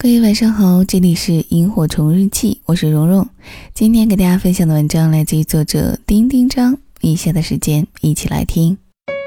各位晚上好，这里是萤火虫日记，我是蓉蓉。今天给大家分享的文章来自于作者丁丁张，以下的时间一起来听。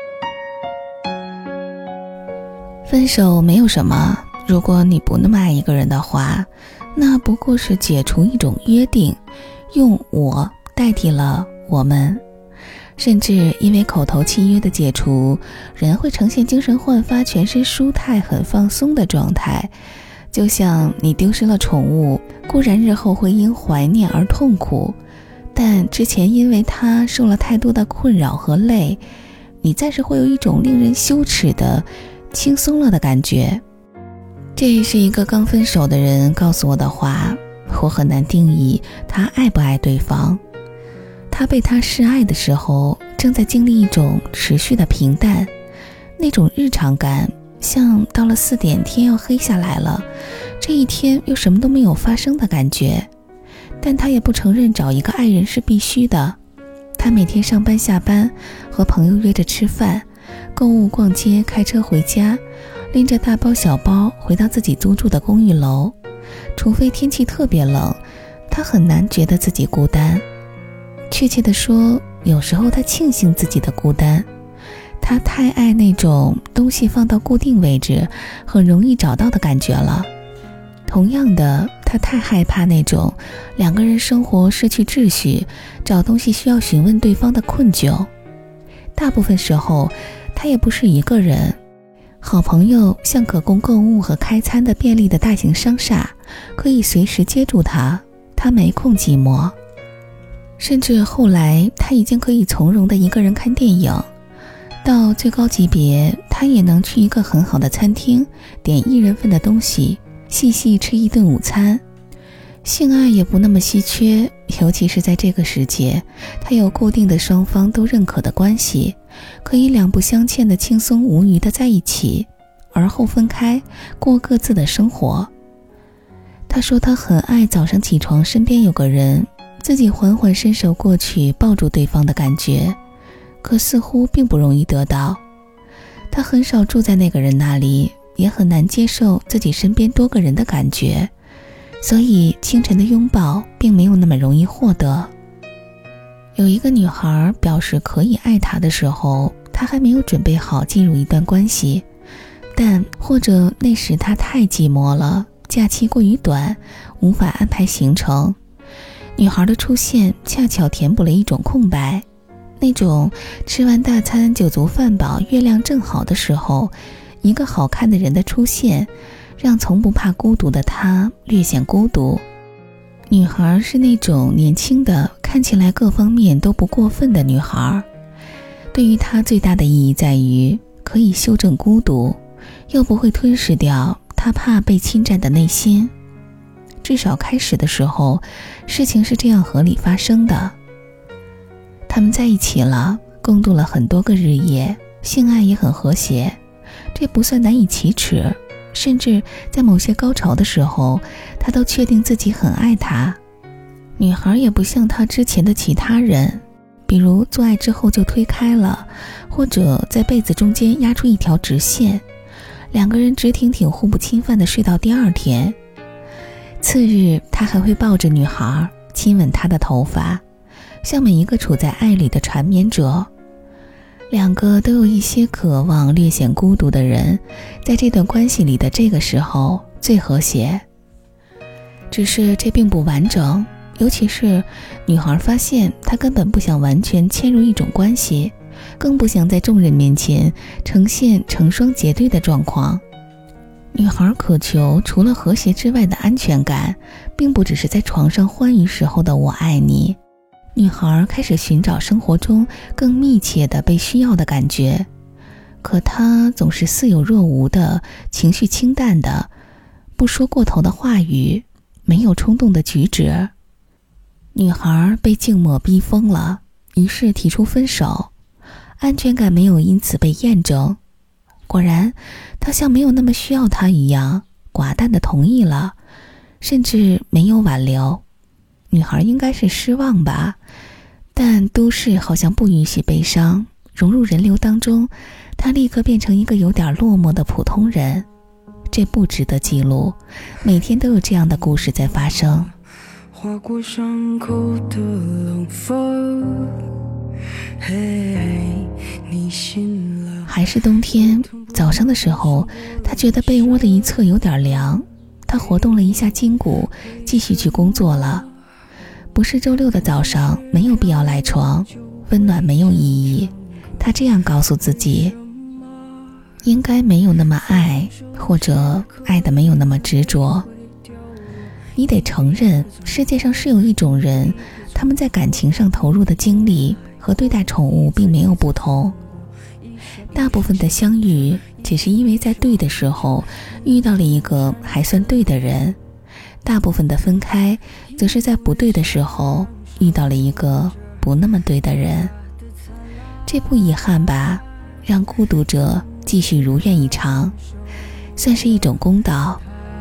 分手没有什么，如果你不那么爱一个人的话，那不过是解除一种约定，用我代替了我们。甚至因为口头契约的解除，人会呈现精神焕发、全身舒泰、很放松的状态。就像你丢失了宠物，固然日后会因怀念而痛苦，但之前因为它受了太多的困扰和累，你暂时会有一种令人羞耻的轻松了的感觉。这是一个刚分手的人告诉我的话，我很难定义他爱不爱对方。他被他示爱的时候，正在经历一种持续的平淡，那种日常感像到了4点天要黑下来了，这一天又什么都没有发生的感觉。但他也不承认找一个爱人是必须的。他每天上班下班，和朋友约着吃饭，购物逛街，开车回家，拎着大包小包回到自己租住的公寓楼。除非天气特别冷，他很难觉得自己孤单。确切地说，有时候他庆幸自己的孤单。他太爱那种东西放到固定位置很容易找到的感觉了。同样的，他太害怕那种两个人生活失去秩序，找东西需要询问对方的困窘。大部分时候他也不是一个人，好朋友像可供购物和开餐的便利的大型商厦，可以随时接住他没空寂寞。甚至后来他已经可以从容的一个人看电影，到最高级别，他也能去一个很好的餐厅，点1人份的东西，细细吃一顿午餐。性爱也不那么稀缺，尤其是在这个时节，他有固定的双方都认可的关系，可以两不相欠的轻松无余的在一起，而后分开，过各自的生活。他说他很爱早上起床身边有个人，自己缓缓伸手过去抱住对方的感觉，可似乎并不容易得到。他很少住在那个人那里，也很难接受自己身边多个人的感觉，所以清晨的拥抱并没有那么容易获得。有一个女孩表示可以爱他的时候，他还没有准备好进入一段关系，但或者那时他太寂寞了，假期过于短，无法安排行程。女孩的出现恰巧填补了一种空白，那种吃完大餐酒足饭饱月亮正好的时候，一个好看的人的出现，让从不怕孤独的他略显孤独。女孩是那种年轻的，看起来各方面都不过分的女孩。对于她最大的意义在于可以修正孤独，又不会吞噬掉她怕被侵占的内心。至少开始的时候，事情是这样合理发生的。他们在一起了，共度了很多个日夜，性爱也很和谐，这不算难以启齿。甚至在某些高潮的时候，他都确定自己很爱他。女孩也不像他之前的其他人，比如做爱之后就推开了，或者在被子中间压出一条直线，两个人直挺挺互不侵犯地睡到第2天。次日，他还会抱着女孩，亲吻她的头发，像每一个处在爱里的缠绵者。两个都有一些渴望略显孤独的人，在这段关系里的这个时候最和谐。只是这并不完整，尤其是女孩发现她根本不想完全嵌入一种关系，更不想在众人面前呈现成双结对的状况。女孩渴求除了和谐之外的安全感，并不只是在床上欢愉时候的我爱你。女孩开始寻找生活中更密切的被需要的感觉，可她总是似有若无的，情绪清淡的，不说过头的话语，没有冲动的举止。女孩被静默逼疯了，于是提出分手，安全感没有因此被验证。果然，他像没有那么需要他一样，寡淡地同意了，甚至没有挽留。女孩应该是失望吧，但都市好像不允许悲伤，融入人流当中，她立刻变成一个有点落寞的普通人。 这不值得记录，每天都有这样的故事在发生。 划过伤口的冷风，嘿，你醒了。 还是冬天，早上的时候，他觉得被窝的一侧有点凉，他活动了一下筋骨，继续去工作了。不是周六的早上，没有必要赖床，温暖没有意义，他这样告诉自己。应该没有那么爱，或者爱得没有那么执着。你得承认，世界上是有一种人，他们在感情上投入的精力和对待宠物并没有不同。大部分的相遇只是因为在对的时候遇到了一个还算对的人，大部分的分开则是在不对的时候遇到了一个不那么对的人。这不遗憾吧，让孤独者继续如愿以偿，算是一种公道。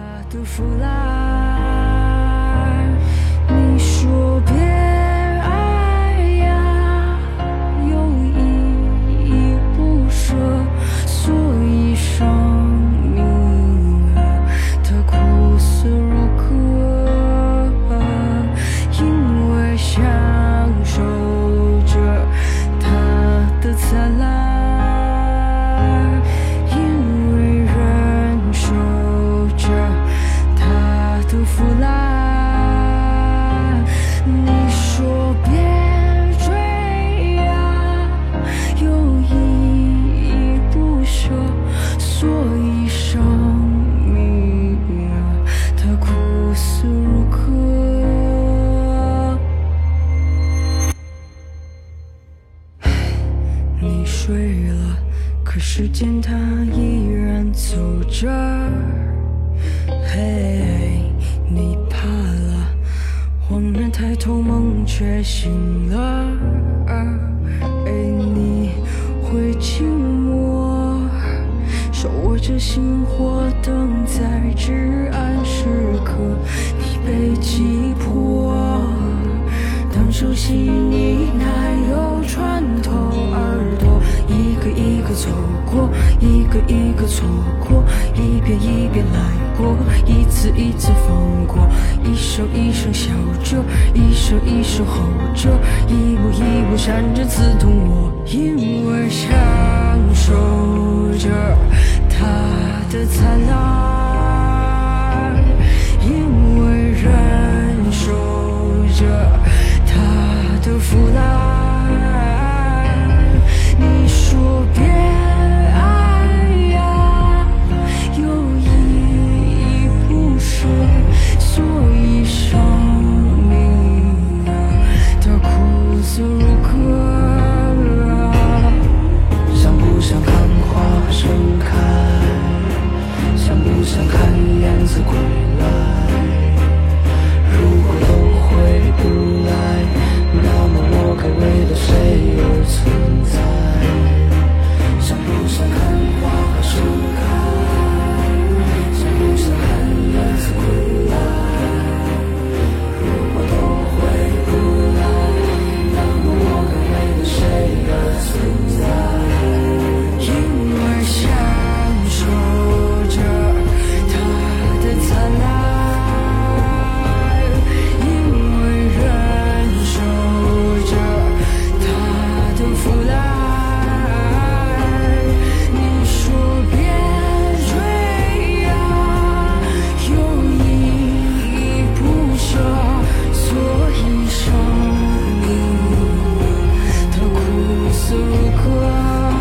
你说别爱呀，又依依不舍，所以生命的苦涩如歌，因为享受着它的灿烂，因为忍受着它的腐烂。你说别追呀，又依依不舍，所以生命它苦涩如歌。你睡了，可时间它依然走着。嘿，你怕了，恍然抬头，梦却醒了。你会静默，手握着星火，等在至暗时刻。你被击破，当熟悉你奶油穿透耳朵，一个一个走过，一个一个错过，一遍一遍来过，一次一次放过，一声一声笑着，一声一声吼着，一幕一幕闪着刺痛我，因为享受着它的灿烂，因为忍受着它的腐烂。你说别爱呀，又依依不舍，所以生命它苦涩如歌。想不想看花盛开，想不想看燕子归来，如果都回不来，那么我该为了谁而存在？想不想看花盛开，想不想看燕子归来，如果都回不来，那么我该为了谁而存在？因为享受着它的灿烂，因为忍受着它的腐烂。你说别追呀，又依依不舍，所以生命它苦涩如歌。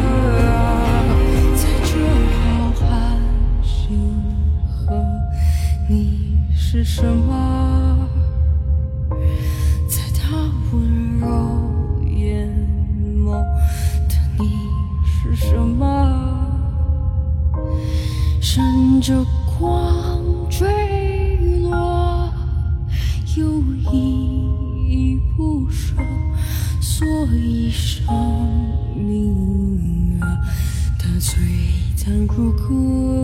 在这浩瀚星河，你是什么？在他温柔眼眸的你是什么？闪着光坠落，又依依不舍，所以生命它璀璨如歌。